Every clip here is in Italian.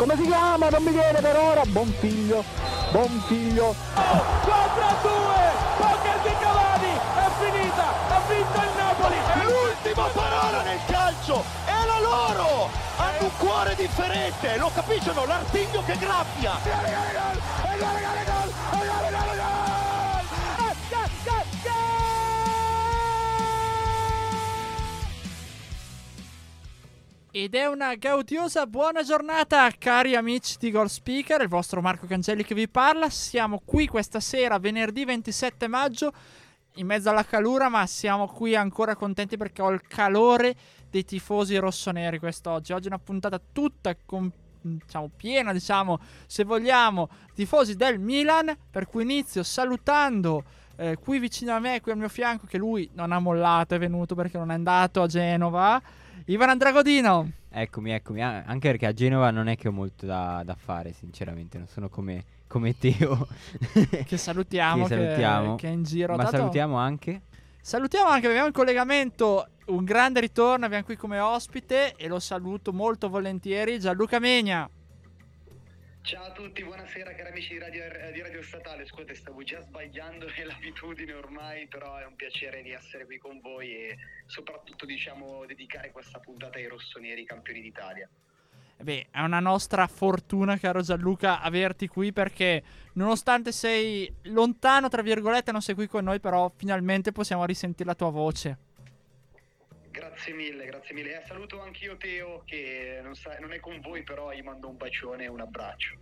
come si chiama? Non mi viene per ora. Bonfiglio. 4-2, poker di Cavani, è finita, ha vinto il Napoli. L'ultima parola nel calcio è la loro. Hanno un cuore differente, lo capiscono, l'artiglio che graffia. Ed è una gaudiosa buona giornata, cari amici di Goal Speaker, il vostro Marco Cangelli che vi parla. Siamo qui questa sera, venerdì 27 maggio, in mezzo alla calura, ma siamo qui ancora contenti perché ho il calore dei tifosi rossoneri quest'oggi. Oggi è una puntata tutta piena, se vogliamo, tifosi del Milan, per cui inizio salutando qui vicino a me, qui al mio fianco, che lui non ha mollato, è venuto perché non è andato a Genova, Ivan Andragodino. Eccomi, anche perché a Genova non è che ho molto da fare, sinceramente, non sono come Teo. Che salutiamo, che è in giro. Ma salutiamo anche, abbiamo in collegamento un grande ritorno, abbiamo qui come ospite, e lo saluto molto volentieri, Gianluca Megna. Ciao a tutti, buonasera cari amici di Radio Statale. Scusate, stavo già sbagliando, è l'abitudine ormai, però è un piacere di essere qui con voi e soprattutto dedicare questa puntata ai rossoneri campioni d'Italia. Beh, è una nostra fortuna, caro Gianluca, averti qui, perché nonostante sei lontano, tra virgolette, non sei qui con noi, però finalmente possiamo risentire la tua voce. Grazie mille. Saluto anch'io Teo, che non è con voi, però gli mando un bacione e un abbraccio.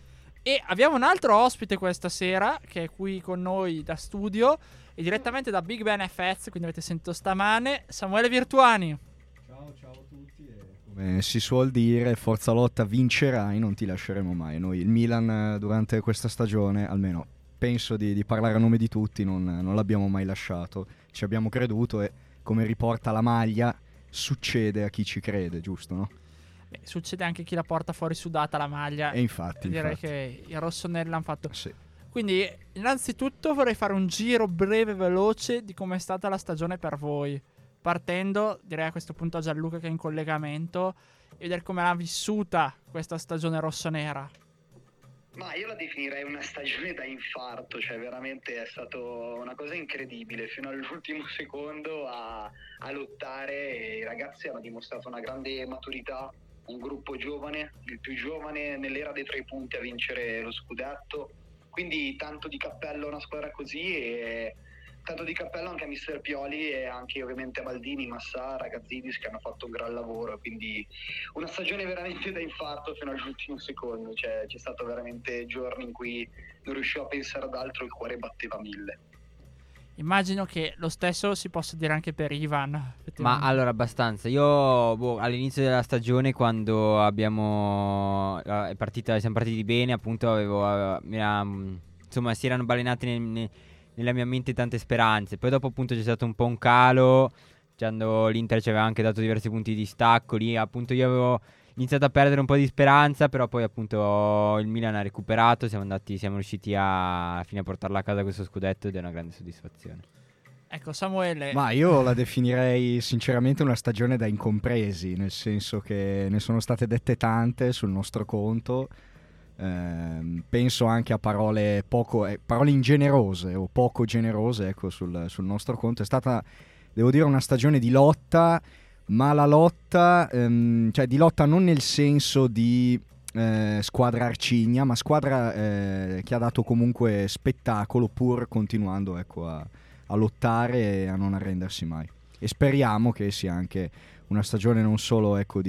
E abbiamo un altro ospite questa sera, che è qui con noi da studio, e direttamente da Big Ben FS, quindi avete sentito stamane, Samuele Virtuani. Ciao a tutti, e come si suol dire, forza lotta, vincerai, non ti lasceremo mai. Noi, il Milan, durante questa stagione, almeno penso di parlare a nome di tutti, non l'abbiamo mai lasciato, ci abbiamo creduto e, come riporta la maglia, succede a chi ci crede, giusto, no? Beh, succede anche a chi la porta fuori sudata la maglia. E infatti. Direi che i rossoneri l'hanno fatto. Sì. Quindi, innanzitutto vorrei fare un giro breve e veloce di come è stata la stagione per voi. Partendo, direi a questo punto a Gianluca che è in collegamento, e vedere come l'ha vissuta questa stagione rossonera. Ma io la definirei una stagione da infarto, cioè veramente è stato una cosa incredibile, fino all'ultimo secondo a lottare, e i ragazzi hanno dimostrato una grande maturità, un gruppo giovane, il più giovane nell'era dei 3 punti a vincere lo scudetto, quindi tanto di cappello a una squadra così, e tanto di cappello anche a mister Pioli e anche ovviamente a Baldini, Massà, Ragazzidis, che hanno fatto un gran lavoro. Quindi una stagione veramente da infarto fino all'ultimo secondo, cioè c'è stato veramente giorni in cui non riuscivo a pensare ad altro, il cuore batteva 1000. Immagino che lo stesso si possa dire anche per Ivan. ma allora abbastanza. Io all'inizio della stagione, quando siamo partiti bene, appunto insomma si erano balenati nella mia mente tante speranze. Poi dopo appunto c'è stato un po' un calo, quando l'Inter ci aveva anche dato diversi punti di distacco. Lì appunto io avevo iniziato a perdere un po' di speranza, però poi appunto il Milan ha recuperato, siamo riusciti alla fine a portarla a casa questo scudetto, ed è una grande soddisfazione. Ecco, Samuele. Ma io la definirei sinceramente una stagione da incompresi, nel senso che ne sono state dette tante sul nostro conto. Penso anche a parole ingenerose o poco generose, ecco, sul nostro conto. È stata, devo dire, una stagione di lotta, ma la lotta, cioè di lotta non nel senso di squadra arcigna, ma squadra che ha dato comunque spettacolo, pur continuando, ecco, a lottare e a non arrendersi mai. E speriamo che sia anche una stagione non solo, ecco,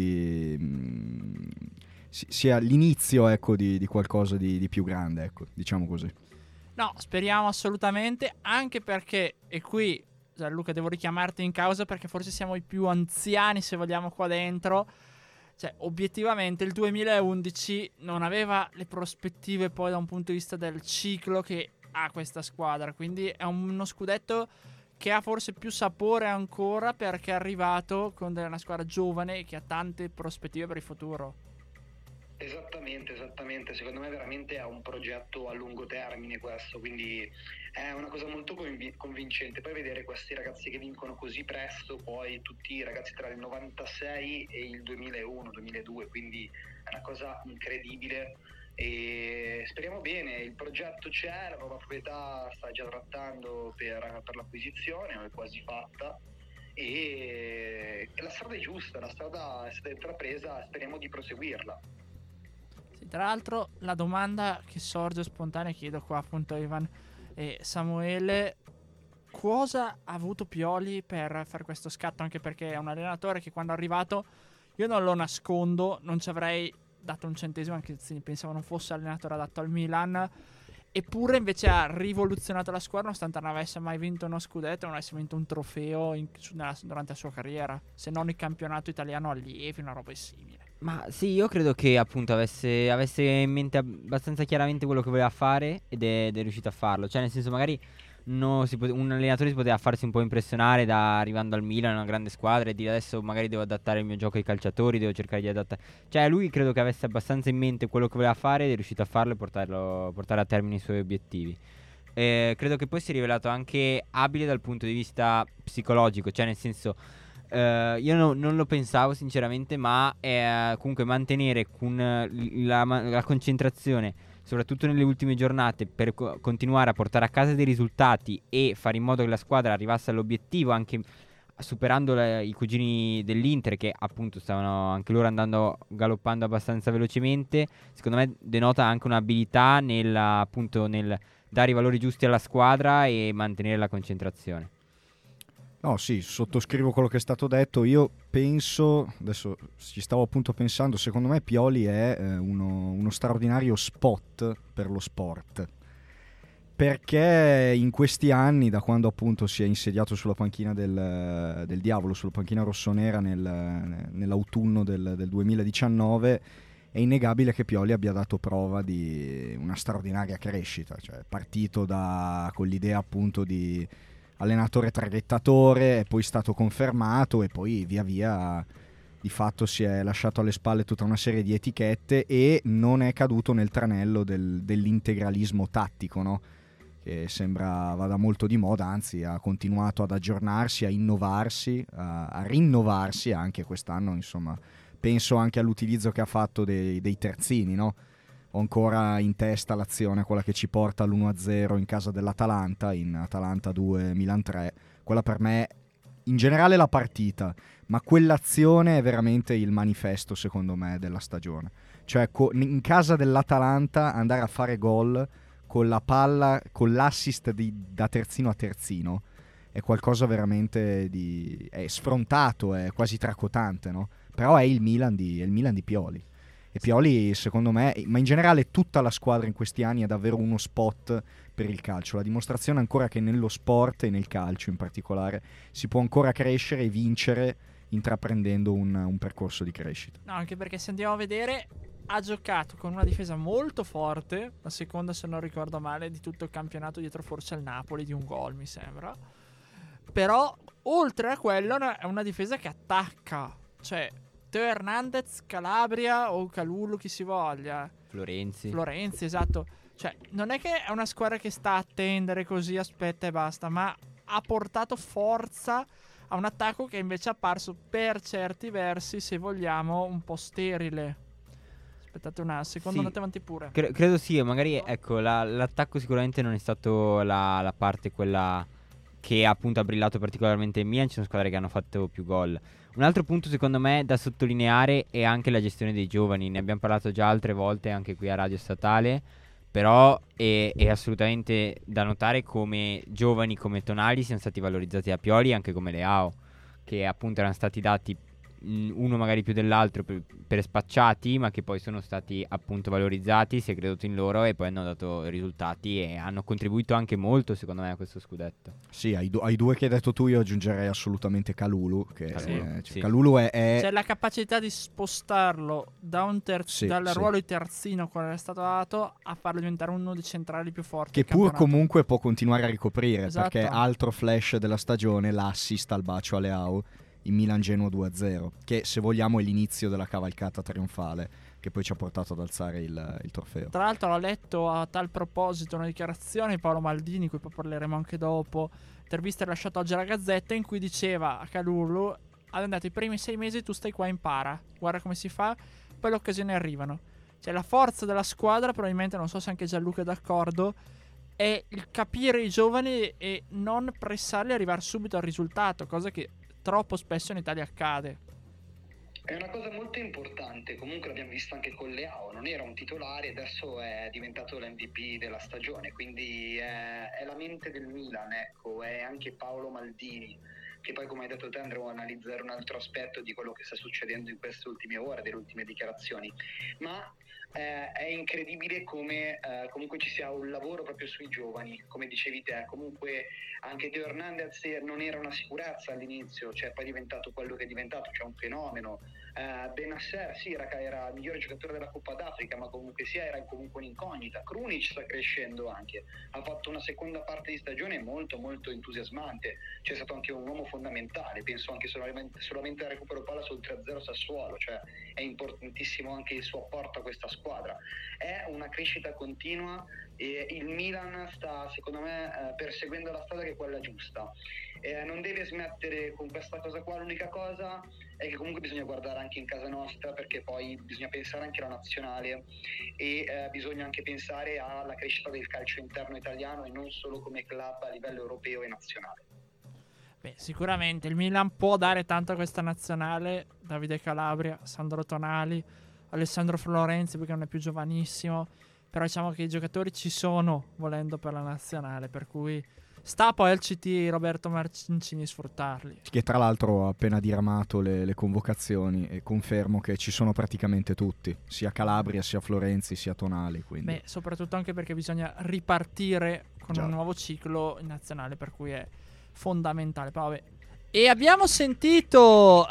sia l'inizio, ecco, di qualcosa di più grande, ecco, diciamo così. No, speriamo assolutamente, anche perché, e qui Gianluca devo richiamarti in causa perché forse siamo i più anziani, se vogliamo, qua dentro. Cioè, obiettivamente il 2011 non aveva le prospettive poi da un punto di vista del ciclo che ha questa squadra, quindi è uno scudetto che ha forse più sapore ancora perché è arrivato con una squadra giovane e che ha tante prospettive per il futuro. Esattamente, secondo me veramente è un progetto a lungo termine questo, quindi è una cosa molto convincente. Poi vedere questi ragazzi che vincono così presto, poi tutti i ragazzi tra il 96 e il 2001-2002, quindi è una cosa incredibile e speriamo bene. Il progetto c'è, la nuova proprietà sta già trattando per l'acquisizione, è quasi fatta. E la strada è giusta, la strada è stata intrapresa, speriamo di proseguirla. Sì, tra l'altro la domanda che sorge spontanea, chiedo qua appunto a Ivan e Samuele, cosa ha avuto Pioli per fare questo scatto? Anche perché è un allenatore che quando è arrivato, io non lo nascondo, non ci avrei dato un centesimo, anche se pensavo non fosse allenatore adatto al Milan. Eppure invece ha rivoluzionato la squadra, nonostante non avesse mai vinto uno scudetto, non avesse vinto un trofeo durante la sua carriera, se non il campionato italiano allievi, una roba simile. Ma sì, io credo che appunto avesse in mente abbastanza chiaramente quello che voleva fare ed è riuscito a farlo. Cioè, nel senso, magari un allenatore si poteva farsi un po' impressionare arrivando al Milan, una grande squadra, e dire adesso magari devo adattare il mio gioco ai calciatori, devo cercare di adattare. Cioè, lui credo che avesse abbastanza in mente quello che voleva fare ed è riuscito a farlo e portare a termine i suoi obiettivi. Credo che poi si è rivelato anche abile dal punto di vista psicologico, cioè nel senso io non lo pensavo sinceramente, ma comunque mantenere la concentrazione, soprattutto nelle ultime giornate, per continuare a portare a casa dei risultati e fare in modo che la squadra arrivasse all'obiettivo, anche superando i cugini dell'Inter, che appunto stavano anche loro galoppando abbastanza velocemente. Secondo me denota anche un'abilità nel dare i valori giusti alla squadra e mantenere la concentrazione. No, sì, sottoscrivo quello che è stato detto. Io penso, adesso ci stavo appunto pensando, secondo me Pioli è uno straordinario spot per lo sport, perché in questi anni, da quando appunto si è insediato sulla panchina del Diavolo, sulla panchina rossonera nell'autunno del 2019, è innegabile che Pioli abbia dato prova di una straordinaria crescita. Cioè, è partito con l'idea appunto di allenatore traghettatore, è poi stato confermato e poi via via di fatto si è lasciato alle spalle tutta una serie di etichette e non è caduto nel tranello dell'integralismo tattico, no? Che sembra vada molto di moda, anzi ha continuato ad aggiornarsi, a innovarsi, a rinnovarsi anche quest'anno. Insomma, penso anche all'utilizzo che ha fatto dei terzini, no? Ho ancora in testa l'azione, quella che ci porta all'1-0 in casa dell'Atalanta, in Atalanta 2 Milan 3. Quella per me, in generale la partita, ma quell'azione è veramente il manifesto, secondo me, della stagione. Cioè in casa dell'Atalanta andare a fare gol con la palla, con l'assist da terzino a terzino, è qualcosa veramente è sfrontato, è quasi tracotante, no? Però è il Milan di Pioli. E Pioli, secondo me, ma in generale tutta la squadra in questi anni è davvero uno spot per il calcio. La dimostrazione ancora che nello sport e nel calcio in particolare si può ancora crescere e vincere intraprendendo un percorso di crescita. No, anche perché se andiamo a vedere, ha giocato con una difesa molto forte, la seconda se non ricordo male di tutto il campionato, dietro forse al Napoli di un gol mi sembra. Però oltre a quello è una difesa che attacca, cioè Teo Hernandez, Calabria o Calulu, chi si voglia. Florenzi, esatto. Cioè, non è che è una squadra che sta a tendere così, aspetta e basta, ma ha portato forza a un attacco che invece è apparso per certi versi, se vogliamo, un po' sterile. Aspettate una seconda, sì, andate avanti pure. Credo sì, magari ecco, l'attacco sicuramente non è stato la parte quella che appunto ha brillato particolarmente in Milan. Ci sono squadre che hanno fatto più gol. Un altro punto secondo me da sottolineare è anche la gestione dei giovani. Ne abbiamo parlato già altre volte anche qui a Radio Statale, però è assolutamente da notare come giovani come Tonali siano stati valorizzati da Pioli, anche come Leao, che appunto erano stati dati uno magari più dell'altro per spacciati, ma che poi sono stati appunto valorizzati, si è creduto in loro e poi hanno dato risultati e hanno contribuito anche molto secondo me a questo scudetto. Sì, ai due che hai detto tu io aggiungerei assolutamente Calulu, che sì. Calulu è c'è la capacità di spostarlo da dal ruolo di terzino, quale è stato dato, a farlo diventare uno dei centrali più forti che pur comunque può continuare a ricoprire, esatto. Perché altro flash della stagione, l'assist al bacio a Leao in Milan Genoa 2-0, che se vogliamo è l'inizio della cavalcata trionfale che poi ci ha portato ad alzare il trofeo. Tra l'altro ho letto a tal proposito una dichiarazione di Paolo Maldini, di cui poi parleremo anche dopo, intervista rilasciata oggi alla Gazzetta, in cui diceva a Calulu: abbiamo dato i primi 6 mesi, tu stai qua e impara, guarda come si fa, poi le occasioni arrivano. Cioè la forza della squadra, probabilmente, non so se anche Gianluca è d'accordo, è il capire i giovani e non pressarli a arrivare subito al risultato, cosa che troppo spesso in Italia accade. È una cosa molto importante, comunque l'abbiamo visto anche con Leao, non era un titolare, adesso è diventato l'MVP della stagione, quindi è la mente del Milan, ecco, è anche Paolo Maldini, che poi, come hai detto te, andremo a analizzare un altro aspetto di quello che sta succedendo in queste ultime ore, delle ultime dichiarazioni, ma è incredibile come comunque ci sia un lavoro proprio sui giovani, come dicevi te. Comunque anche Teo Hernandez non era una sicurezza all'inizio, cioè poi è diventato quello che è diventato, cioè un fenomeno. Benasser sì, era il migliore giocatore della Coppa d'Africa, ma comunque sia era comunque un'incognita. Krunic sta crescendo anche, ha fatto una seconda parte di stagione molto molto entusiasmante, c'è stato anche un uomo fondamentale, penso anche solamente al recupero palla sul 3-0 Sassuolo, cioè è importantissimo anche il suo apporto a questa squadra. È una crescita continua e il Milan sta, secondo me, perseguendo la strada che è quella giusta. Non deve smettere con questa cosa qua. L'unica cosa è che comunque bisogna guardare anche in casa nostra, perché poi bisogna pensare anche alla nazionale e bisogna anche pensare alla crescita del calcio interno italiano e non solo come club a livello europeo e nazionale. Beh, sicuramente il Milan può dare tanto a questa nazionale. Davide Calabria, Sandro Tonali, Alessandro Florenzi, perché non è più giovanissimo, però diciamo che i giocatori ci sono, volendo, per la nazionale, per cui sta poi al CT Roberto Mancini sfruttarli. Che tra l'altro ha appena diramato le convocazioni e confermo che ci sono praticamente tutti, sia Calabria, sia Florenzi, sia Tonali, quindi. Beh, soprattutto anche perché bisogna ripartire con Già. un nuovo ciclo in nazionale, per cui è fondamentale. Poi, vabbè. E abbiamo sentito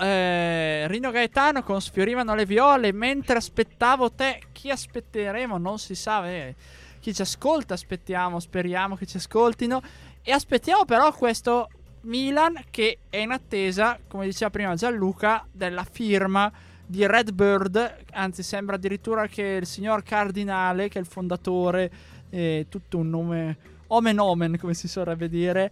Rino Gaetano con Sfiorivano le viole. Mentre aspettavo te, chi aspetteremo non si sa. Chi ci ascolta aspettiamo, speriamo che ci ascoltino. E aspettiamo però questo Milan che è in attesa, come diceva prima Gianluca, della firma di Redbird. Anzi, sembra addirittura che il signor Cardinale, che è il fondatore, tutto un nome omen omen, come si vorrebbe dire,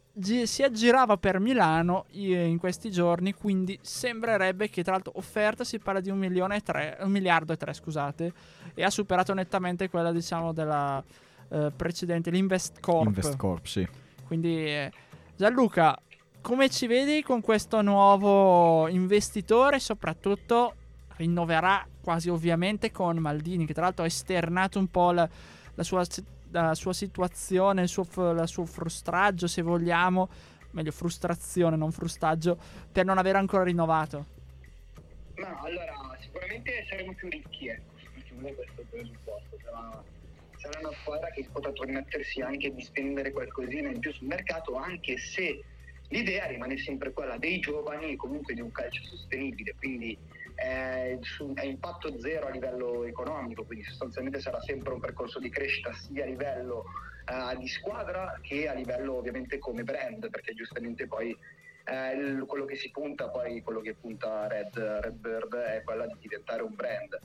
si aggirava per Milano in questi giorni, quindi sembrerebbe che, tra l'altro, offerta si parla di 1,3 miliardi, scusate, e ha superato nettamente quella, diciamo, della precedente, l'Invest Corp. Sì. Quindi Gianluca, come ci vedi con questo nuovo investitore? Soprattutto rinnoverà quasi ovviamente con Maldini, che tra l'altro ha esternato un po' la sua situazione, il suo frustraggio, se vogliamo, meglio frustrazione, non frustaggio, per non aver ancora rinnovato. Ma allora, sicuramente saremo più ricchi, partiamo da questo presupposto. Sarà una squadra che potrà permettersi anche di spendere qualcosina in più sul mercato, anche se l'idea rimane sempre quella dei giovani e comunque di un calcio sostenibile, quindi è impatto zero a livello economico, quindi sostanzialmente sarà sempre un percorso di crescita sia a livello di squadra che a livello ovviamente come brand, perché giustamente poi quello che si punta, poi quello che punta Redbird è quella di diventare un brand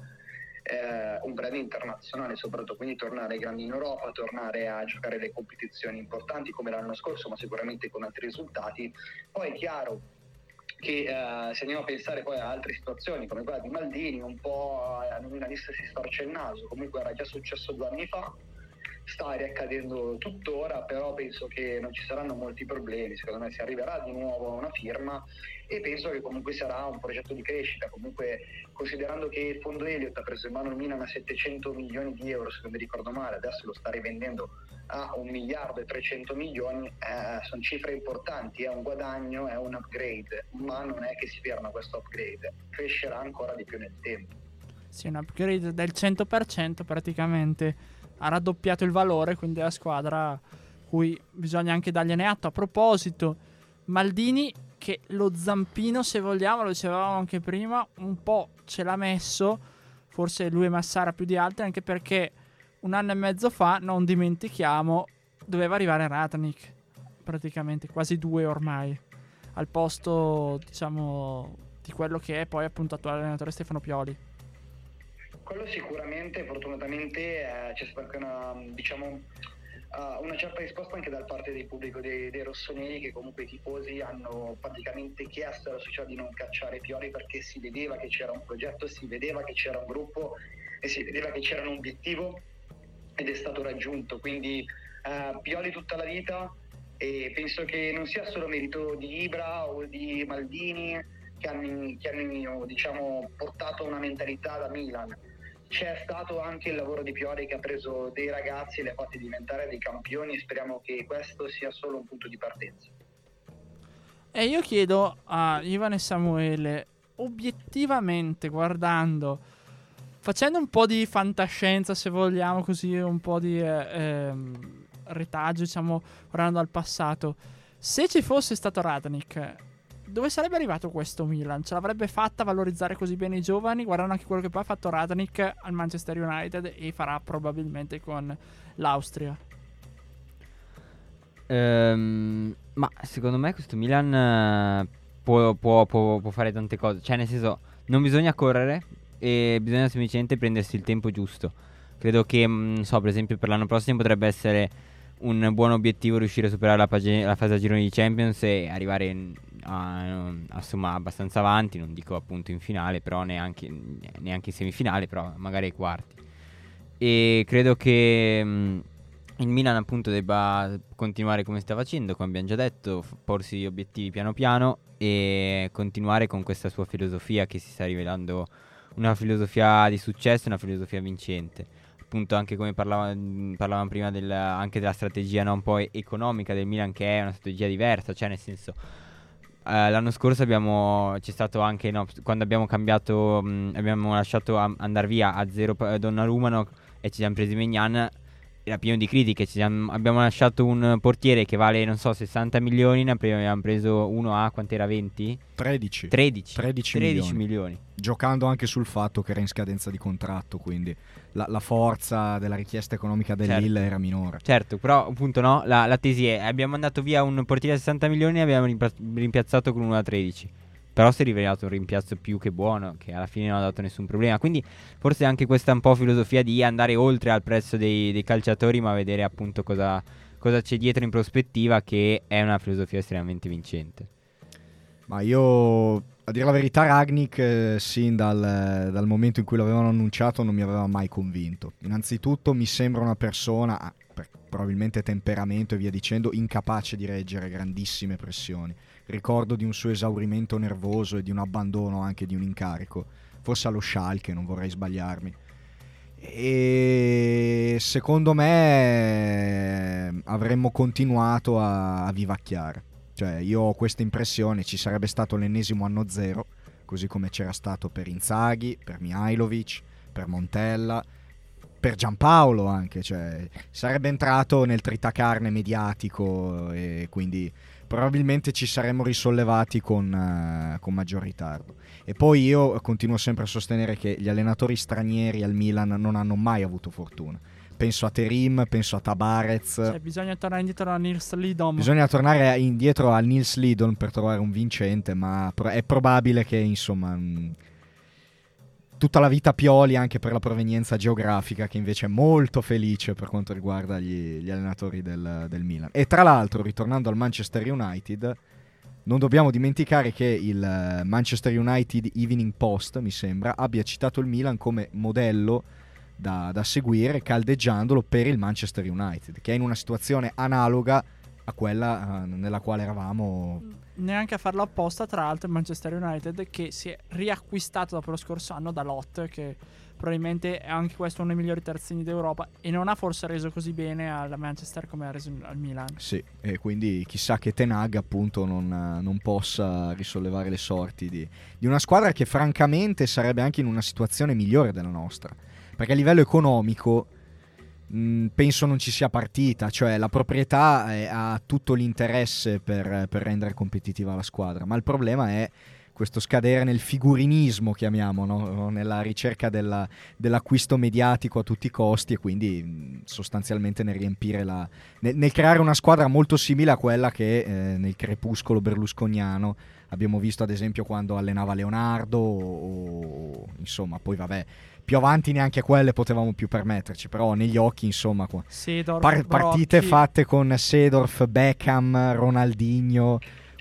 internazionale soprattutto, quindi tornare ai grandi in Europa, tornare a giocare le competizioni importanti come l'anno scorso, ma sicuramente con altri risultati. Poi è chiaro che se andiamo a pensare poi a altre situazioni come quella di Maldini, un po' a milanista si storce il naso, comunque era già successo 2 anni fa, sta riaccadendo tuttora, però penso che non ci saranno molti problemi, secondo me si arriverà di nuovo a una firma e penso che comunque sarà un progetto di crescita. Comunque, considerando che il fondo Elliott ha preso in mano il Milan a 700 milioni di euro, se non mi ricordo male, adesso lo sta rivendendo a 1 miliardo e 300 milioni, sono cifre importanti, è un guadagno, è un upgrade, ma non è che si ferma questo upgrade, crescerà ancora di più nel tempo. Sì, un upgrade del 100% praticamente, ha raddoppiato il valore, quindi la squadra cui bisogna anche dargliene atto. A proposito, Maldini, che lo zampino, se vogliamo, lo dicevamo anche prima, un po' ce l'ha messo, forse lui e Massara più di altri, anche perché 1 anno e mezzo fa, non dimentichiamo, doveva arrivare Radnik, praticamente quasi 2 ormai, al posto, diciamo, di quello che è poi appunto attuale allenatore Stefano Pioli. Quello sicuramente, fortunatamente c'è stata anche una certa risposta anche da parte del pubblico dei rossoneri, che comunque i tifosi hanno praticamente chiesto alla società di non cacciare Pioli, perché si vedeva che c'era un progetto, si vedeva che c'era un gruppo e si vedeva che c'era un obiettivo ed è stato raggiunto. Quindi Pioli tutta la vita, e penso che non sia solo merito di Ibra o di Maldini che hanno diciamo portato una mentalità da Milan. C'è stato anche il lavoro di Pioli, che ha preso dei ragazzi e li ha fatti diventare dei campioni, e speriamo che questo sia solo un punto di partenza. E io chiedo a Ivan e Samuele, obiettivamente guardando, facendo un po' di fantascienza, se vogliamo, così un po' di retaggio, diciamo, guardando al passato, se ci fosse stato Radnik, dove sarebbe arrivato questo Milan? Ce l'avrebbe fatta valorizzare così bene i giovani, guardando anche quello che poi ha fatto Radnik al Manchester United e farà probabilmente con l'Austria? Ma secondo me questo Milan può fare tante cose. Cioè, nel senso, non bisogna correre e bisogna semplicemente prendersi il tempo giusto. Credo che, non so, per esempio per l'anno prossimo potrebbe essere un buon obiettivo riuscire a superare la fase a gironi di Champions e arrivare insomma abbastanza avanti, non dico appunto in finale, però neanche in semifinale, però magari ai quarti. E credo che il Milan appunto debba continuare come sta facendo, come abbiamo già detto, porsi gli obiettivi piano piano e continuare con questa sua filosofia, che si sta rivelando una filosofia di successo, una filosofia vincente. Appunto, anche come parlavamo prima anche della strategia, no, un po' economica del Milan, che è una strategia diversa, cioè nel senso l'anno scorso c'è stato anche, no, quando abbiamo cambiato, abbiamo lasciato andare via a zero Donnarumma e ci siamo presi Maignan. Era pieno di critiche, abbiamo lasciato un portiere che vale, non so, 60 milioni, ne abbiamo preso uno a, quant'era, 20? 13 milioni. Giocando anche sul fatto che era in scadenza di contratto, quindi la forza della richiesta economica dell'Lille era minore. Certo, però appunto no, la tesi è: abbiamo mandato via un portiere a 60 milioni e abbiamo rimpiazzato con uno a 13. Però si è rivelato un rimpiazzo più che buono, che alla fine non ha dato nessun problema. Quindi forse anche questa un po' filosofia di andare oltre al prezzo dei calciatori, ma vedere appunto cosa c'è dietro in prospettiva, che è una filosofia estremamente vincente. Ma io, a dire la verità, Rangnick sin dal momento in cui l'avevano annunciato non mi aveva mai convinto. Innanzitutto mi sembra una persona, per probabilmente temperamento e via dicendo, incapace di reggere grandissime pressioni. Ricordo di un suo esaurimento nervoso e di un abbandono anche di un incarico, forse allo Schalke, non vorrei sbagliarmi. E secondo me avremmo continuato a vivacchiare. Cioè, io ho questa impressione, ci sarebbe stato l'ennesimo anno zero, così come c'era stato per Inzaghi, per Mihajlovic, per Montella, per Giampaolo anche, cioè sarebbe entrato nel tritacarne mediatico e quindi probabilmente ci saremmo risollevati con maggior ritardo. E poi io continuo sempre a sostenere che gli allenatori stranieri al Milan non hanno mai avuto fortuna. Penso a Terim, penso a Tabarez. Cioè, bisogna tornare indietro a Nils Lidon. Bisogna tornare indietro a Nils Lidon per trovare un vincente, ma è probabile che, insomma, tutta la vita Pioli, anche per la provenienza geografica, che invece è molto felice per quanto riguarda gli allenatori del Milan. E tra l'altro, ritornando al Manchester United, non dobbiamo dimenticare che il Manchester United Evening Post, mi sembra, abbia citato il Milan come modello da seguire, caldeggiandolo per il Manchester United, che è in una situazione analoga a quella nella quale eravamo. Neanche a farlo apposta, tra l'altro, il Manchester United, che si è riacquistato dopo lo scorso anno da Lot, che probabilmente è anche questo uno dei migliori terzini d'Europa, e non ha forse reso così bene al Manchester come ha reso al Milan. Sì, e quindi chissà che Ten Hag appunto non possa risollevare le sorti di una squadra che francamente sarebbe anche in una situazione migliore della nostra, perché a livello economico penso non ci sia partita, cioè la proprietà ha tutto l'interesse per rendere competitiva la squadra, ma il problema è questo scadere nel figurinismo, chiamiamo, no? Nella ricerca dell'acquisto mediatico a tutti i costi, e quindi sostanzialmente nel riempire nel creare una squadra molto simile a quella che nel crepuscolo berlusconiano abbiamo visto, ad esempio, quando allenava Leonardo o insomma, poi vabbè, più avanti neanche quelle potevamo più permetterci, però negli occhi, insomma, Seedorf, partite Brocchi. fatte con Seedorf, Beckham, Ronaldinho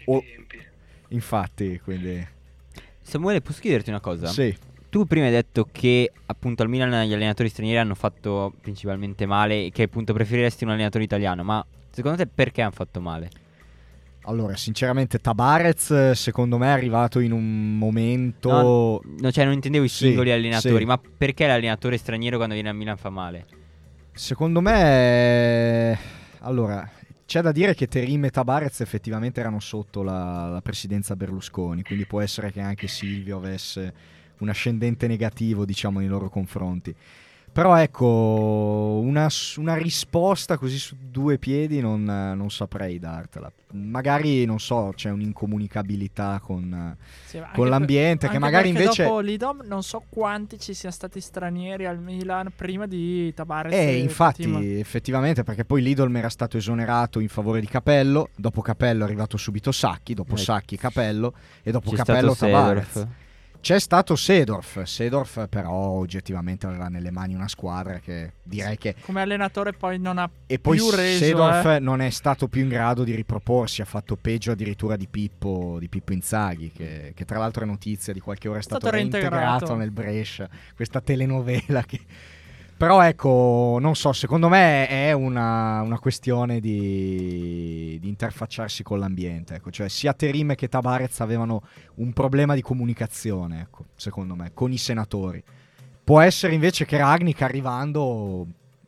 infatti, quindi Samuele, posso chiederti una cosa? sì. Tu prima hai detto che appunto al Milan gli allenatori stranieri hanno fatto principalmente male e che appunto preferiresti un allenatore italiano, ma secondo te perché hanno fatto male? Allora, sinceramente Tabarez secondo me è arrivato in un momento... No, cioè non intendevo i Sì, singoli allenatori, sì. ma perché l'allenatore straniero quando viene al Milan fa male? Secondo me... Allora, c'è da dire che Terim e Tabarez effettivamente erano sotto la presidenza Berlusconi, quindi può essere che anche Silvio avesse un ascendente negativo, diciamo, nei loro confronti. Però ecco, una risposta così su due piedi non saprei dartela. Magari, non so, c'è un'incomunicabilità con l'ambiente, che anche magari perché invece... dopo Lidom non so quanti ci siano stati stranieri al Milan prima di Tabarez e infatti, Fatima. effettivamente, perché poi Lidl era stato esonerato in favore di Capello, dopo Capello è arrivato subito Sacchi, dopo Sacchi Capello e dopo C'è Capello stato Tabarez. Seedorf. C'è stato Seedorf però oggettivamente aveva nelle mani una squadra che direi che... Come allenatore poi non ha E poi più reso, Seedorf non è stato più in grado di riproporsi, ha fatto peggio addirittura di Pippo Inzaghi, che tra l'altro è notizia di qualche ora è stato reintegrato nel Brescia, questa telenovela che... Però ecco, non so, secondo me è una questione di interfacciarsi con l'ambiente, ecco. Cioè sia Terim che Tabarez avevano un problema di comunicazione, ecco, secondo me, con i senatori. Può essere invece che Rangnick arrivando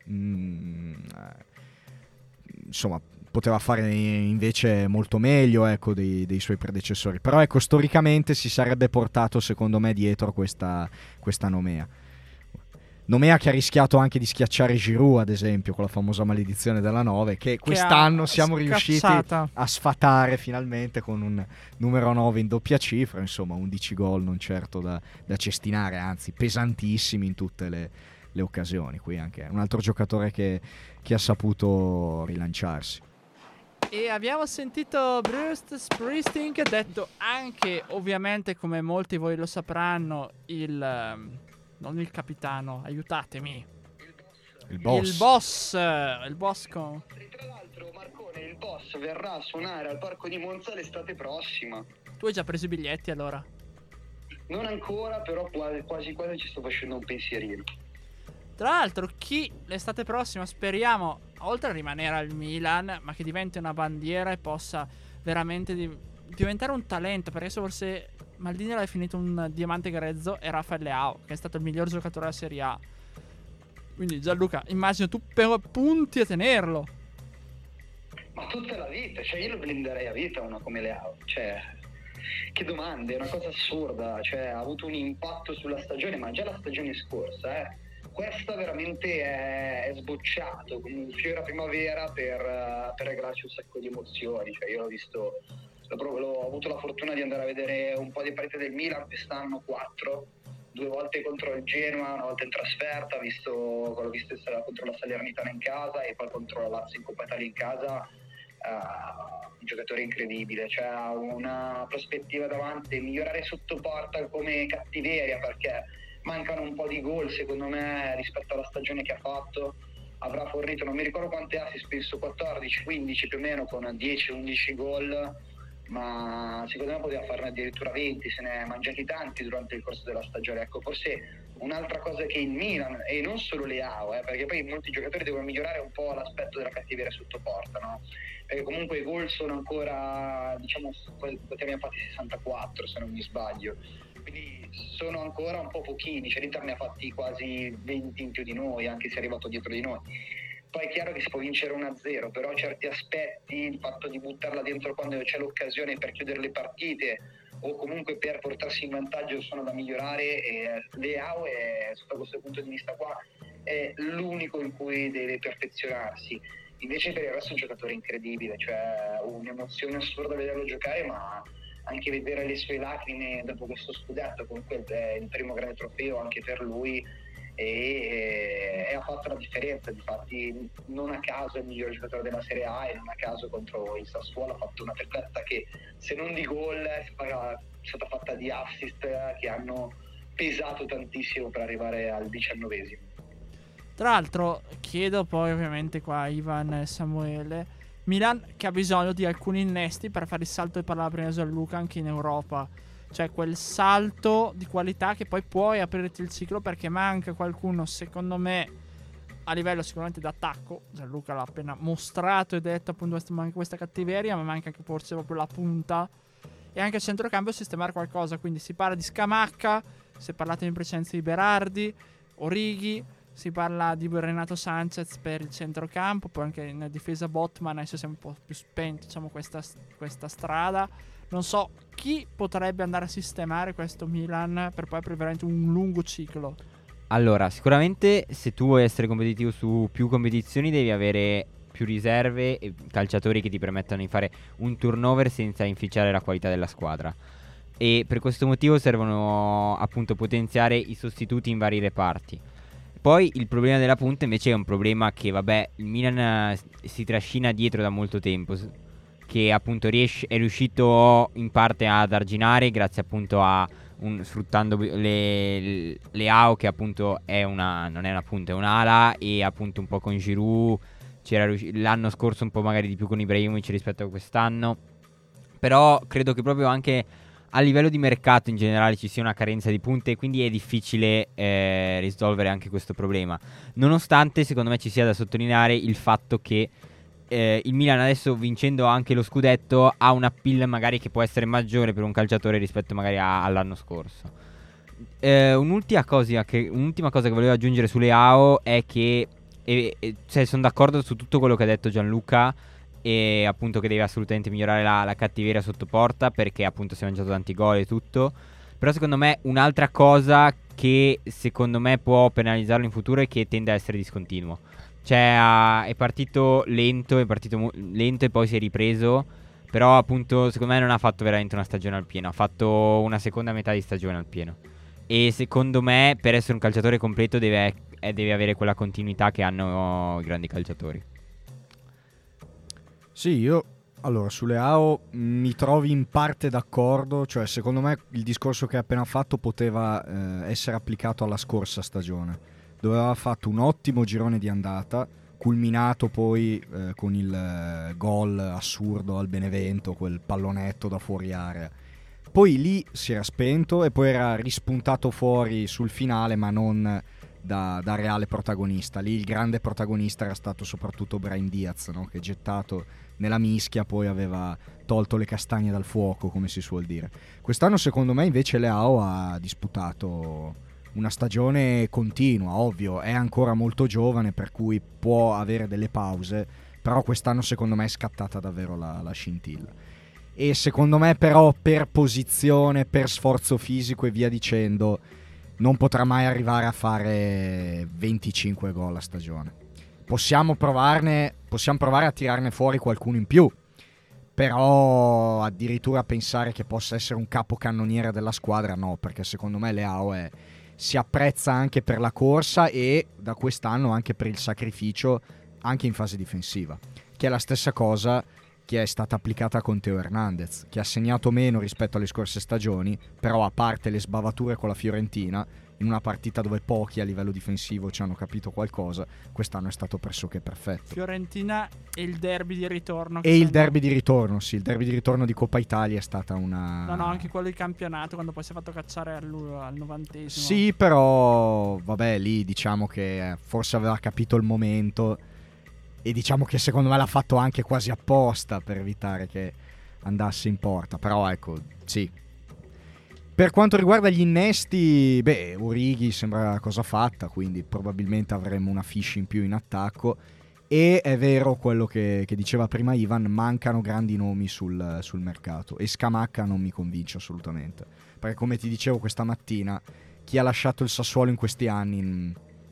insomma poteva fare invece molto meglio, ecco, dei suoi predecessori. Però ecco, storicamente si sarebbe portato secondo me dietro questa nomea che ha rischiato anche di schiacciare Giroud, ad esempio, con la famosa maledizione della 9, che quest'anno siamo riusciti a sfatare finalmente con un numero 9 in doppia cifra, insomma 11 gol non certo da cestinare, anzi pesantissimi in tutte le occasioni. Qui anche un altro giocatore che ha saputo rilanciarsi. E abbiamo sentito Bruce Springsteen che ha detto anche, ovviamente come molti voi lo sapranno, non il capitano, aiutatemi. Il boss. Il boss con... E tra l'altro, Marcone, il boss verrà a suonare al Parco di Monza l'estate prossima. Tu hai già preso i biglietti allora? Non ancora, però quasi ci sto facendo un pensierino. Tra l'altro, chi l'estate prossima speriamo, oltre a rimanere al Milan, ma che diventi una bandiera e possa veramente diventare un talento, perché adesso forse Maldini l'ha definito un diamante grezzo, e Rafael Leao, che è stato il miglior giocatore della Serie A. Quindi Gianluca, immagino tu punti a tenerlo. Ma tutta la vita, cioè io lo blinderei a vita uno come Leao, cioè che domande, è una cosa assurda, cioè ha avuto un impatto sulla stagione, ma già la stagione scorsa, questa veramente è sbocciato come un fiore a primavera per regalarci un sacco di emozioni. Cioè io ho avuto la fortuna di andare a vedere un po' di partite del Milan quest'anno, 4, 2 volte contro il Genoa, una volta in trasferta, l'ho visto contro la Salernitana in casa e poi contro la Lazio in Coppa Italia in casa. Un giocatore incredibile, cioè ha una prospettiva davanti, migliorare sotto porta come cattiveria, perché mancano un po' di gol secondo me rispetto alla stagione che ha fatto. Avrà fornito, non mi ricordo quante assist, penso 14-15 più o meno, con 10-11 gol, ma secondo me poteva farne addirittura 20, se ne è mangiati tanti durante il corso della stagione. Ecco, forse un'altra cosa che il Milan, e non solo Leao, perché poi molti giocatori devono migliorare un po' l'aspetto della cattiveria sotto porta, no? Perché comunque i gol sono ancora, diciamo, abbiamo fatti 64 se non mi sbaglio, quindi sono ancora un po' pochini, cioè l'Inter ne ha fatti quasi 20 in più di noi, anche se è arrivato dietro di noi. Poi è chiaro che si può vincere 1-0, però certi aspetti, il fatto di buttarla dentro quando c'è l'occasione per chiudere le partite o comunque per portarsi in vantaggio, sono da migliorare, e Leao è, sotto questo punto di vista qua, è l'unico in cui deve perfezionarsi. Invece per il resto è un giocatore incredibile, cioè un'emozione assurda vederlo giocare, ma anche vedere le sue lacrime dopo questo scudetto, comunque è il primo grande trofeo anche per lui e ha fatto la differenza. Difatti non a caso è il miglior giocatore della Serie A e non a caso contro il Sassuolo ha fatto una tripletta che, se non di gol, è stata fatta di assist che hanno pesato tantissimo per arrivare al 19esimo. Tra l'altro chiedo poi ovviamente qua a Ivan e Samuele, Milan che ha bisogno di alcuni innesti per fare il salto che parlava prima Gianluca anche in Europa, cioè quel salto di qualità che poi puoi aprirti il ciclo, perché manca qualcuno secondo me a livello sicuramente d'attacco. Gianluca l'ha appena mostrato e detto appunto questa cattiveria, ma manca anche forse proprio la punta e anche a centrocampo sistemare qualcosa. Quindi si parla di Scamacca, si è parlato in precedenza di Berardi, Orighi, si parla di Renato Sanchez per il centrocampo, poi anche in difesa Botman. Adesso siamo un po' più spenti, diciamo, questa strada. Non so chi potrebbe andare a sistemare questo Milan per poi aprire veramente un lungo ciclo. Allora, sicuramente se tu vuoi essere competitivo su più competizioni devi avere più riserve e calciatori che ti permettano di fare un turnover senza inficiare la qualità della squadra. E per questo motivo servono appunto potenziare i sostituti in vari reparti. Poi il problema della punta invece è un problema che, vabbè, il Milan si trascina dietro da molto tempo, che appunto è riuscito in parte ad arginare grazie appunto a sfruttando Leao, che appunto non è una punta, è un'ala, e appunto un po' con Giroud c'era l'anno scorso un po' magari di più con Ibrahimovic rispetto a quest'anno. Però credo che proprio anche a livello di mercato in generale ci sia una carenza di punte e quindi è difficile risolvere anche questo problema, nonostante secondo me ci sia da sottolineare il fatto che il Milan adesso, vincendo anche lo scudetto, ha un appeal magari che può essere maggiore per un calciatore rispetto magari all'anno scorso. Un'ultima cosa che volevo aggiungere su Leao è che sono d'accordo su tutto quello che ha detto Gianluca, e appunto che deve assolutamente migliorare la cattiveria sotto porta, perché appunto si è mangiato tanti gol e tutto. Però secondo me un'altra cosa che secondo me può penalizzarlo in futuro è che tende a essere discontinuo. Cioè è partito lento e poi si è ripreso, però appunto secondo me non ha fatto veramente una stagione al pieno, ha fatto una seconda metà di stagione al pieno. E secondo me per essere un calciatore completo deve avere quella continuità che hanno i grandi calciatori. Sì, io allora su Leao mi trovi in parte d'accordo, cioè secondo me il discorso che hai appena fatto poteva essere applicato alla scorsa stagione, dove aveva fatto un ottimo girone di andata, culminato poi con il gol assurdo al Benevento, quel pallonetto da fuori area. Poi lì si era spento e poi era rispuntato fuori sul finale, ma non da reale protagonista. Lì il grande protagonista era stato soprattutto Brahim Diaz, no? Che gettato nella mischia poi aveva tolto le castagne dal fuoco, come si suol dire. Quest'anno secondo me invece Leao ha disputato una stagione continua. Ovvio, è ancora molto giovane, per cui può avere delle pause, però quest'anno secondo me è scattata davvero la scintilla. E secondo me però per posizione, per sforzo fisico e via dicendo non potrà mai arrivare a fare 25 gol a stagione. Possiamo provare a tirarne fuori qualcuno in più, però addirittura pensare che possa essere un capocannoniere della squadra no, perché secondo me Leao si apprezza anche per la corsa e da quest'anno anche per il sacrificio anche in fase difensiva, che è la stessa cosa che è stata applicata con Teo Hernandez, che ha segnato meno rispetto alle scorse stagioni, però a parte le sbavature con la Fiorentina, in una partita dove pochi a livello difensivo ci hanno capito qualcosa, quest'anno è stato pressoché perfetto. Fiorentina e il derby di ritorno. E il derby di ritorno, sì, il derby di ritorno di Coppa Italia è stata una... No, anche quello di campionato, quando poi si è fatto cacciare al 90esimo. Sì, però, vabbè, lì diciamo che forse aveva capito il momento e diciamo che secondo me l'ha fatto anche quasi apposta per evitare che andasse in porta, però ecco, sì. Per quanto riguarda gli innesti, Orighi sembra cosa fatta, quindi probabilmente avremo una fish in più in attacco. E è vero quello che diceva prima Ivan, mancano grandi nomi sul mercato e Scamacca non mi convince assolutamente, perché come ti dicevo questa mattina, chi ha lasciato il Sassuolo in questi anni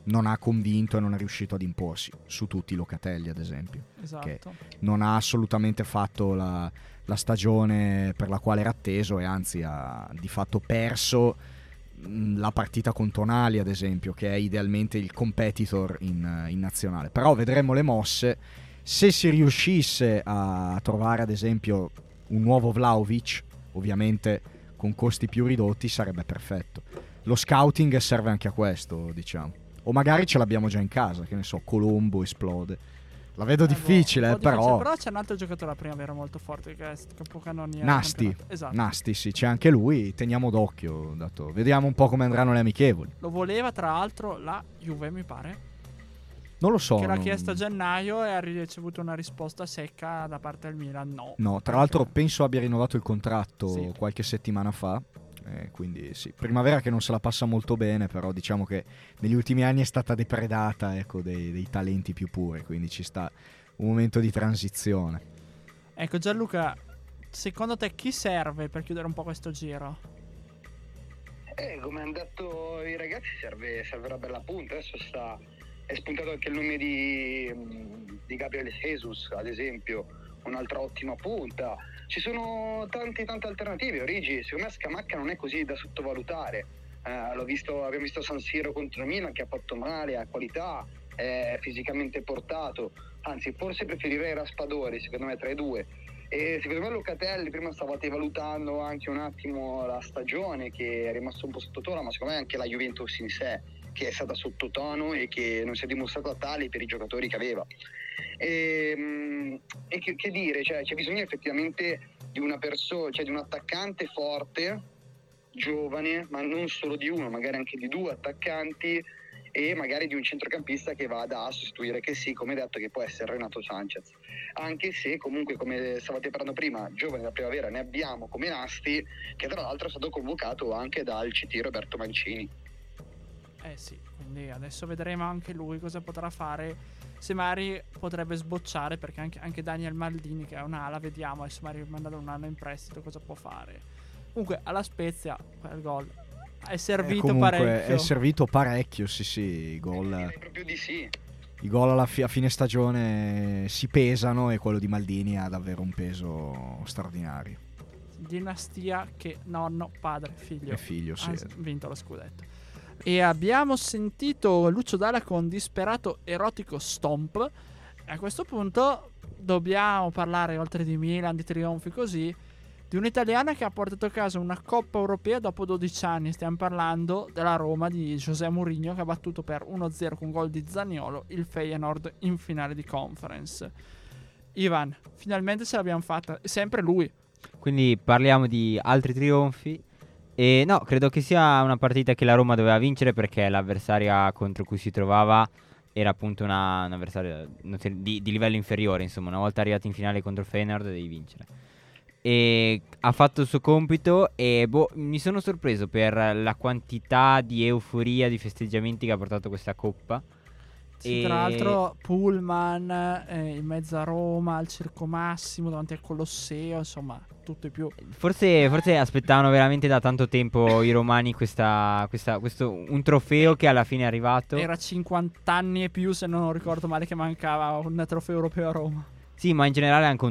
non ha convinto e non è riuscito ad imporsi su tutti i Locatelli, ad esempio. Esatto. Che non ha assolutamente fatto la stagione per la quale era atteso, e anzi ha di fatto perso la partita con Tonali, ad esempio, che è idealmente il competitor in nazionale. Però vedremo le mosse. Se si riuscisse a trovare, ad esempio, un nuovo Vlahovic, ovviamente con costi più ridotti, sarebbe perfetto. Lo scouting serve anche a questo, diciamo. O magari ce l'abbiamo già in casa, che ne so, Colombo esplode. La vedo difficile, un po' difficile, però... Però c'è un altro giocatore alla primavera molto forte, che è Capocannoniere. Nasti. Esatto. Nasti, sì, c'è anche lui, teniamo d'occhio. Vediamo un po' come andranno le amichevoli. Lo voleva tra l'altro la Juve, mi pare, Non lo so. che l'ha chiesto a gennaio e ha ricevuto una risposta secca da parte del Milan. No, tra l'altro penso abbia rinnovato il contratto Sì. qualche settimana fa. Quindi sì, primavera che non se la passa molto bene, però diciamo che negli ultimi anni è stata depredata, ecco, dei talenti più puri, quindi ci sta un momento di transizione. Ecco, Gianluca, secondo te chi serve per chiudere un po' questo giro? Come hanno detto i ragazzi, serve una bella punta. Adesso è spuntato anche il nome di Gabriel Jesus, ad esempio, un'altra ottima punta. Ci sono tante alternative. Origi, secondo me Scamacca non è così da sottovalutare. Abbiamo visto San Siro contro Milan, che ha fatto male, ha qualità, è fisicamente portato. Anzi, forse preferirei Raspadori, secondo me, tra i due. E secondo me Locatelli, prima stavate valutando anche un attimo la stagione, che è rimasto un po' sottotono, ma secondo me anche la Juventus in sé, che è stata sottotono e che non si è dimostrata tale per i giocatori che aveva. E che dire, cioè, c'è bisogno effettivamente di una persona, cioè di un attaccante forte, giovane, ma non solo di uno, magari anche di due attaccanti, e magari di un centrocampista che vada a sostituire, che sì, come detto, che può essere Renato Sanchez, anche se comunque, come stavate parlando prima, giovane da primavera ne abbiamo come Nasti, che tra l'altro è stato convocato anche dal CT Roberto Mancini. Sì, quindi adesso vedremo anche lui cosa potrà fare. Se magari potrebbe sbocciare, perché anche Daniel Maldini, che è un'ala, vediamo, adesso magari mandato un anno in prestito, cosa può fare. Comunque alla Spezia quel gol è servito parecchio. È servito parecchio, sì, i gol. Proprio di sì. I gol a fine stagione si pesano, e quello di Maldini ha davvero un peso straordinario. Dinastia che nonno, padre, figlio. E figlio, sì. Ha vinto lo scudetto. E abbiamo sentito Lucio Dalla con Disperato Erotico Stomp. A questo punto dobbiamo parlare, oltre di Milan, di trionfi così, di un'italiana che ha portato a casa una Coppa Europea dopo 12 anni. Stiamo parlando della Roma di José Mourinho, che ha battuto per 1-0 con gol di Zaniolo il Feyenoord in finale di Conference. Ivan, finalmente ce l'abbiamo fatta, è sempre lui. Quindi parliamo di altri trionfi. E no, credo che sia una partita che la Roma doveva vincere, perché l'avversaria contro cui si trovava era appunto un'avversaria di livello inferiore. Insomma, una volta arrivati in finale contro il Feyenoord devi vincere. E ha fatto il suo compito, e mi sono sorpreso per la quantità di euforia, di festeggiamenti che ha portato questa coppa. Sì, tra l'altro Pullman in mezzo a Roma, al Circo Massimo, davanti al Colosseo, insomma, tutto e più. Forse aspettavano veramente da tanto tempo i romani questo un trofeo che alla fine è arrivato. Era 50 anni e più, se non ricordo male, che mancava un trofeo europeo a Roma. Sì, ma in generale anche un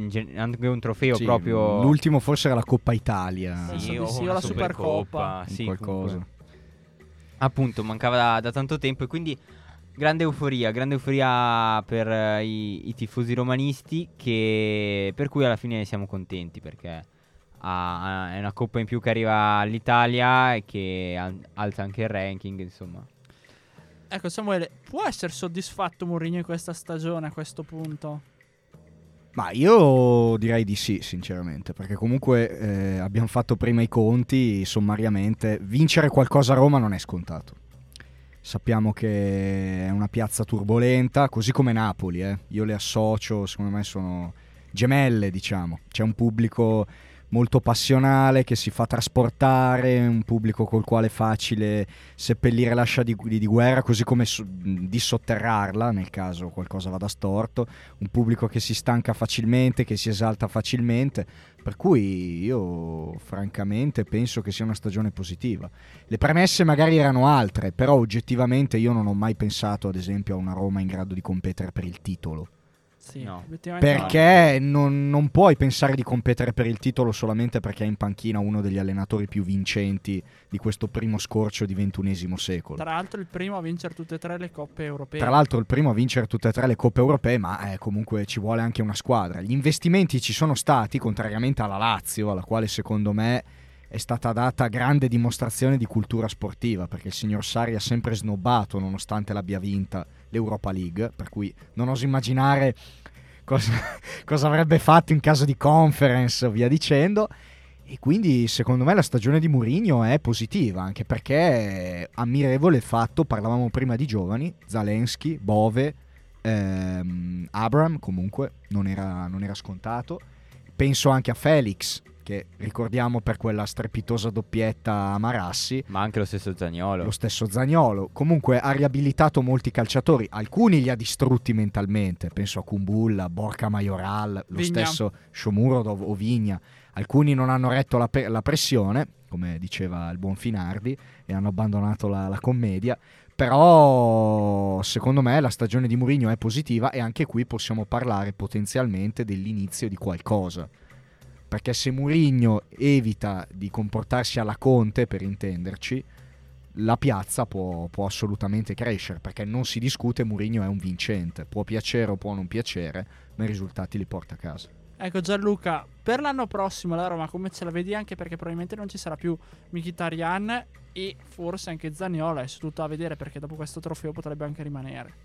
trofeo Sì, proprio. l'ultimo forse era la Coppa Italia. Sì, o una la Supercoppa. Sì, qualcosa. comunque. Appunto, mancava da tanto tempo, e quindi grande euforia per i tifosi romanisti, per cui alla fine siamo contenti, perché è una coppa in più che arriva all'Italia e che alza anche il ranking, insomma. Ecco, Samuele, può essere soddisfatto Mourinho in questa stagione a questo punto? Ma io direi di sì, sinceramente, perché comunque abbiamo fatto prima i conti, sommariamente. Vincere qualcosa a Roma non è scontato. Sappiamo che è una piazza turbolenta, così come Napoli. Io le associo, secondo me sono gemelle, diciamo. C'è un pubblico molto passionale, che si fa trasportare, un pubblico col quale è facile seppellire l'ascia di guerra, così come dissotterrarla nel caso qualcosa vada storto, un pubblico che si stanca facilmente, che si esalta facilmente, per cui io francamente penso che sia una stagione positiva. Le premesse magari erano altre, però oggettivamente io non ho mai pensato ad esempio a una Roma in grado di competere per il titolo. Sì, No. Perché non puoi pensare di competere per il titolo solamente perché hai in panchina uno degli allenatori più vincenti di questo primo scorcio di XXI secolo. Tra l'altro il primo a vincere tutte e tre le coppe europee. Tra l'altro il primo a vincere tutte e tre le coppe europee, ma comunque ci vuole anche una squadra. Gli investimenti ci sono stati, contrariamente alla Lazio, alla quale secondo me è stata data grande dimostrazione di cultura sportiva, perché il signor Sarri ha sempre snobbato nonostante l'abbia vinta l'Europa League, per cui non oso immaginare cosa avrebbe fatto in caso di conference via dicendo. E quindi secondo me la stagione di Mourinho è positiva, anche perché è ammirevole il fatto, parlavamo prima di giovani, Zalewski, Bove, Abraham comunque non era scontato, penso anche a Felix, che ricordiamo per quella strepitosa doppietta a Marassi, ma anche lo stesso Zaniolo. Comunque ha riabilitato molti calciatori, alcuni li ha distrutti mentalmente, penso a Kumbulla, Borca Majoral, lo stesso Shomurodov o Vigna. Alcuni non hanno retto la pressione, come diceva il buon Finardi, e hanno abbandonato la commedia. Però secondo me la stagione di Mourinho è positiva, e anche qui possiamo parlare potenzialmente dell'inizio di qualcosa. Perché se Mourinho evita di comportarsi alla Conte, per intenderci, la piazza può assolutamente crescere, perché non si discute, Mourinho è un vincente, può piacere o può non piacere, ma i risultati li porta a casa. Ecco Gianluca, per l'anno prossimo la Roma come ce la vedi? Anche perché probabilmente non ci sarà più Mkhitaryan e forse anche Zaniolo, è tutto a vedere, perché dopo questo trofeo potrebbe anche rimanere.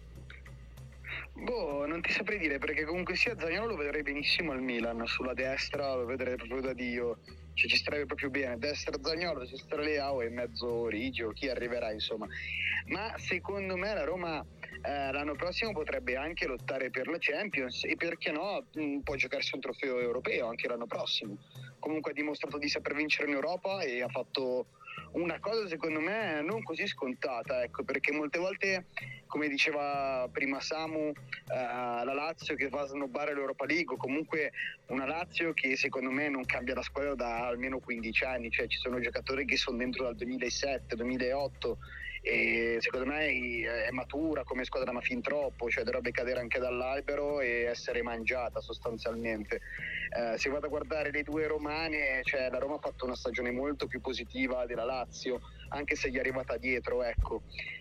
Boh, non ti saprei dire, perché comunque sia Zaniolo lo vedrei benissimo al Milan, sulla destra lo vedrei proprio da Dio, cioè ci starebbe proprio bene, destra Zaniolo, sinistra Leao e in mezzo Rigio, chi arriverà insomma. Ma secondo me la Roma l'anno prossimo potrebbe anche lottare per la Champions, e perché no, può giocarsi un trofeo europeo anche l'anno prossimo. Comunque ha dimostrato di saper vincere in Europa e ha fatto una cosa secondo me non così scontata, ecco, perché molte volte, come diceva prima Samu, la Lazio che va a snobbare l'Europa League, o comunque una Lazio che secondo me non cambia la squadra da almeno 15 anni, cioè ci sono giocatori che sono dentro dal 2007, 2008 e secondo me è matura come squadra, ma fin troppo, cioè dovrebbe cadere anche dall'albero e essere mangiata sostanzialmente. Se vado a guardare le due romane, cioè la Roma ha fatto una stagione molto più positiva della Lazio, anche se gli è arrivata dietro, ecco.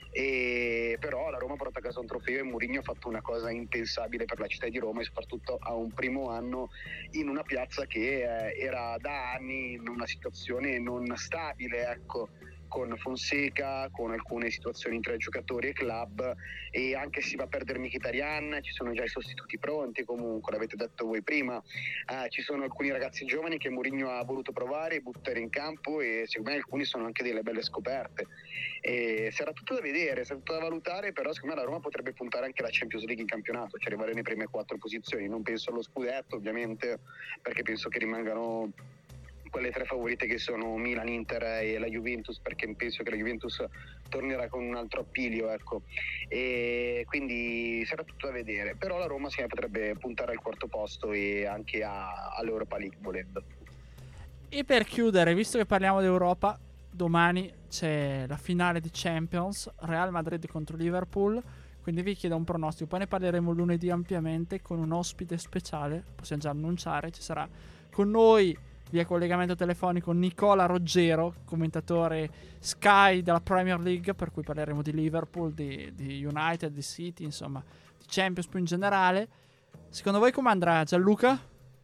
E però la Roma porta a casa un trofeo e Mourinho ha fatto una cosa impensabile per la città di Roma, e soprattutto a un primo anno in una piazza che era da anni in una situazione non stabile, ecco, con Fonseca, con alcune situazioni tra giocatori e club, e anche se va a perdere Mkhitaryan ci sono già i sostituti pronti, comunque l'avete detto voi prima, ci sono alcuni ragazzi giovani che Mourinho ha voluto provare e buttare in campo, e secondo me alcuni sono anche delle belle scoperte, e sarà tutto da vedere, sarà tutto da valutare, però secondo me la Roma potrebbe puntare anche alla Champions League in campionato, cioè arrivare nei prime 4 posizioni. Non penso allo scudetto ovviamente, perché penso che rimangano quelle 3 favorite che sono Milan, Inter e la Juventus, perché penso che la Juventus tornerà con un altro appiglio, ecco, e quindi sarà tutto da vedere, però la Roma potrebbe puntare al 4º posto e anche all'Europa League volendo. E per chiudere, visto che parliamo d'Europa, domani c'è la finale di Champions, Real Madrid contro Liverpool, quindi vi chiedo un pronostico, poi ne parleremo lunedì ampiamente con un ospite speciale, possiamo già annunciare, ci sarà con noi via collegamento telefonico Nicola Roggero, commentatore Sky della Premier League, per cui parleremo di Liverpool, di United, di City, insomma, di Champions più in generale. Secondo voi come andrà, Gianluca?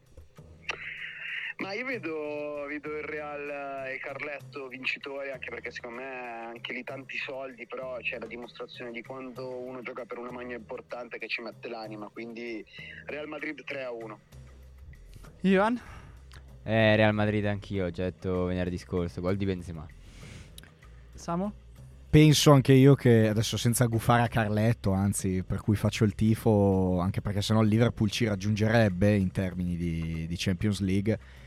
Ma io vedo il Real e Carletto vincitori, anche perché secondo me anche lì tanti soldi, però c'è la dimostrazione di quando uno gioca per una maglia importante che ci mette l'anima, quindi Real Madrid 3-1. Ivan? Real Madrid anch'io, ho già detto venerdì scorso, gol di Benzema. Samu? Penso anche io che, adesso senza guffare a Carletto, anzi, per cui faccio il tifo, anche perché sennò il Liverpool ci raggiungerebbe in termini di Champions League,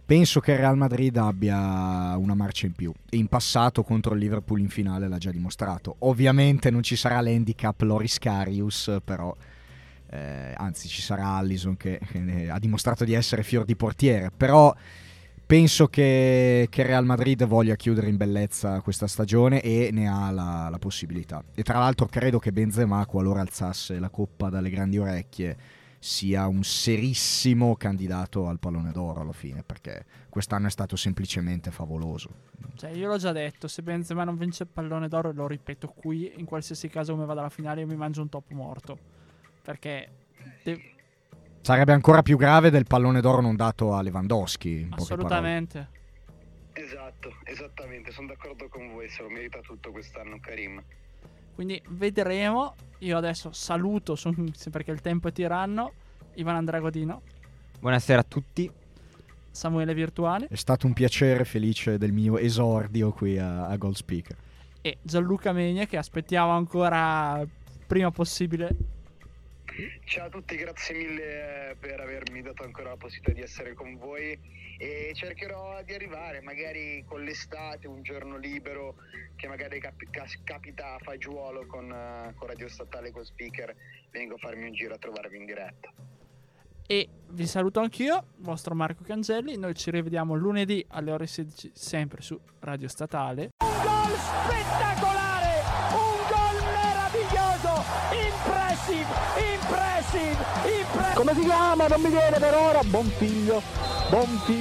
penso che il Real Madrid abbia una marcia in più. In passato contro il Liverpool in finale l'ha già dimostrato. Ovviamente non ci sarà l'handicap Loris Karius, però anzi ci sarà Alisson che ha dimostrato di essere fior di portiere, però penso che Real Madrid voglia chiudere in bellezza questa stagione e ne ha la possibilità. E tra l'altro credo che Benzema, qualora alzasse la coppa dalle grandi orecchie, sia un serissimo candidato al pallone d'oro alla fine, perché quest'anno è stato semplicemente favoloso. Cioè, io l'ho già detto, se Benzema non vince il pallone d'oro, lo ripeto qui, in qualsiasi caso come vada alla finale io mi mangio un topo morto, perché sarebbe ancora più grave del pallone d'oro non dato a Lewandowski, in poche assolutamente. Esatto, esattamente, sono d'accordo con voi, se lo merita tutto quest'anno Karim. Quindi vedremo. Io adesso saluto perché il tempo è tiranno. Ivan Andrea Godino. Buonasera a tutti. Samuele Virtuale. È stato un piacere, felice del mio esordio qui a Goal Speaker. E Gianluca Megna, che aspettiamo ancora prima possibile. Ciao a tutti, grazie mille per avermi dato ancora la possibilità di essere con voi e cercherò di arrivare magari con l'estate, un giorno libero che magari capita a fagiolo con Radio Statale, con Speaker, vengo a farmi un giro a trovarvi in diretta. E vi saluto anch'io, vostro Marco Cangelli. Noi ci rivediamo lunedì alle ore 16 sempre su Radio Statale. Un gol spettacolare, un gol meraviglioso, impressive. Come si chiama? Non mi viene per ora. Buon figlio. 4-2,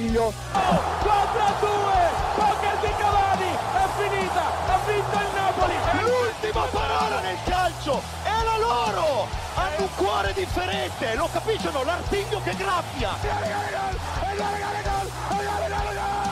poker di Cavani, è finita, ha vinto il Napoli. L'ultima parola nel calcio è la loro. Hanno un cuore differente, lo capiscono? L'artiglio che graffia. Gol!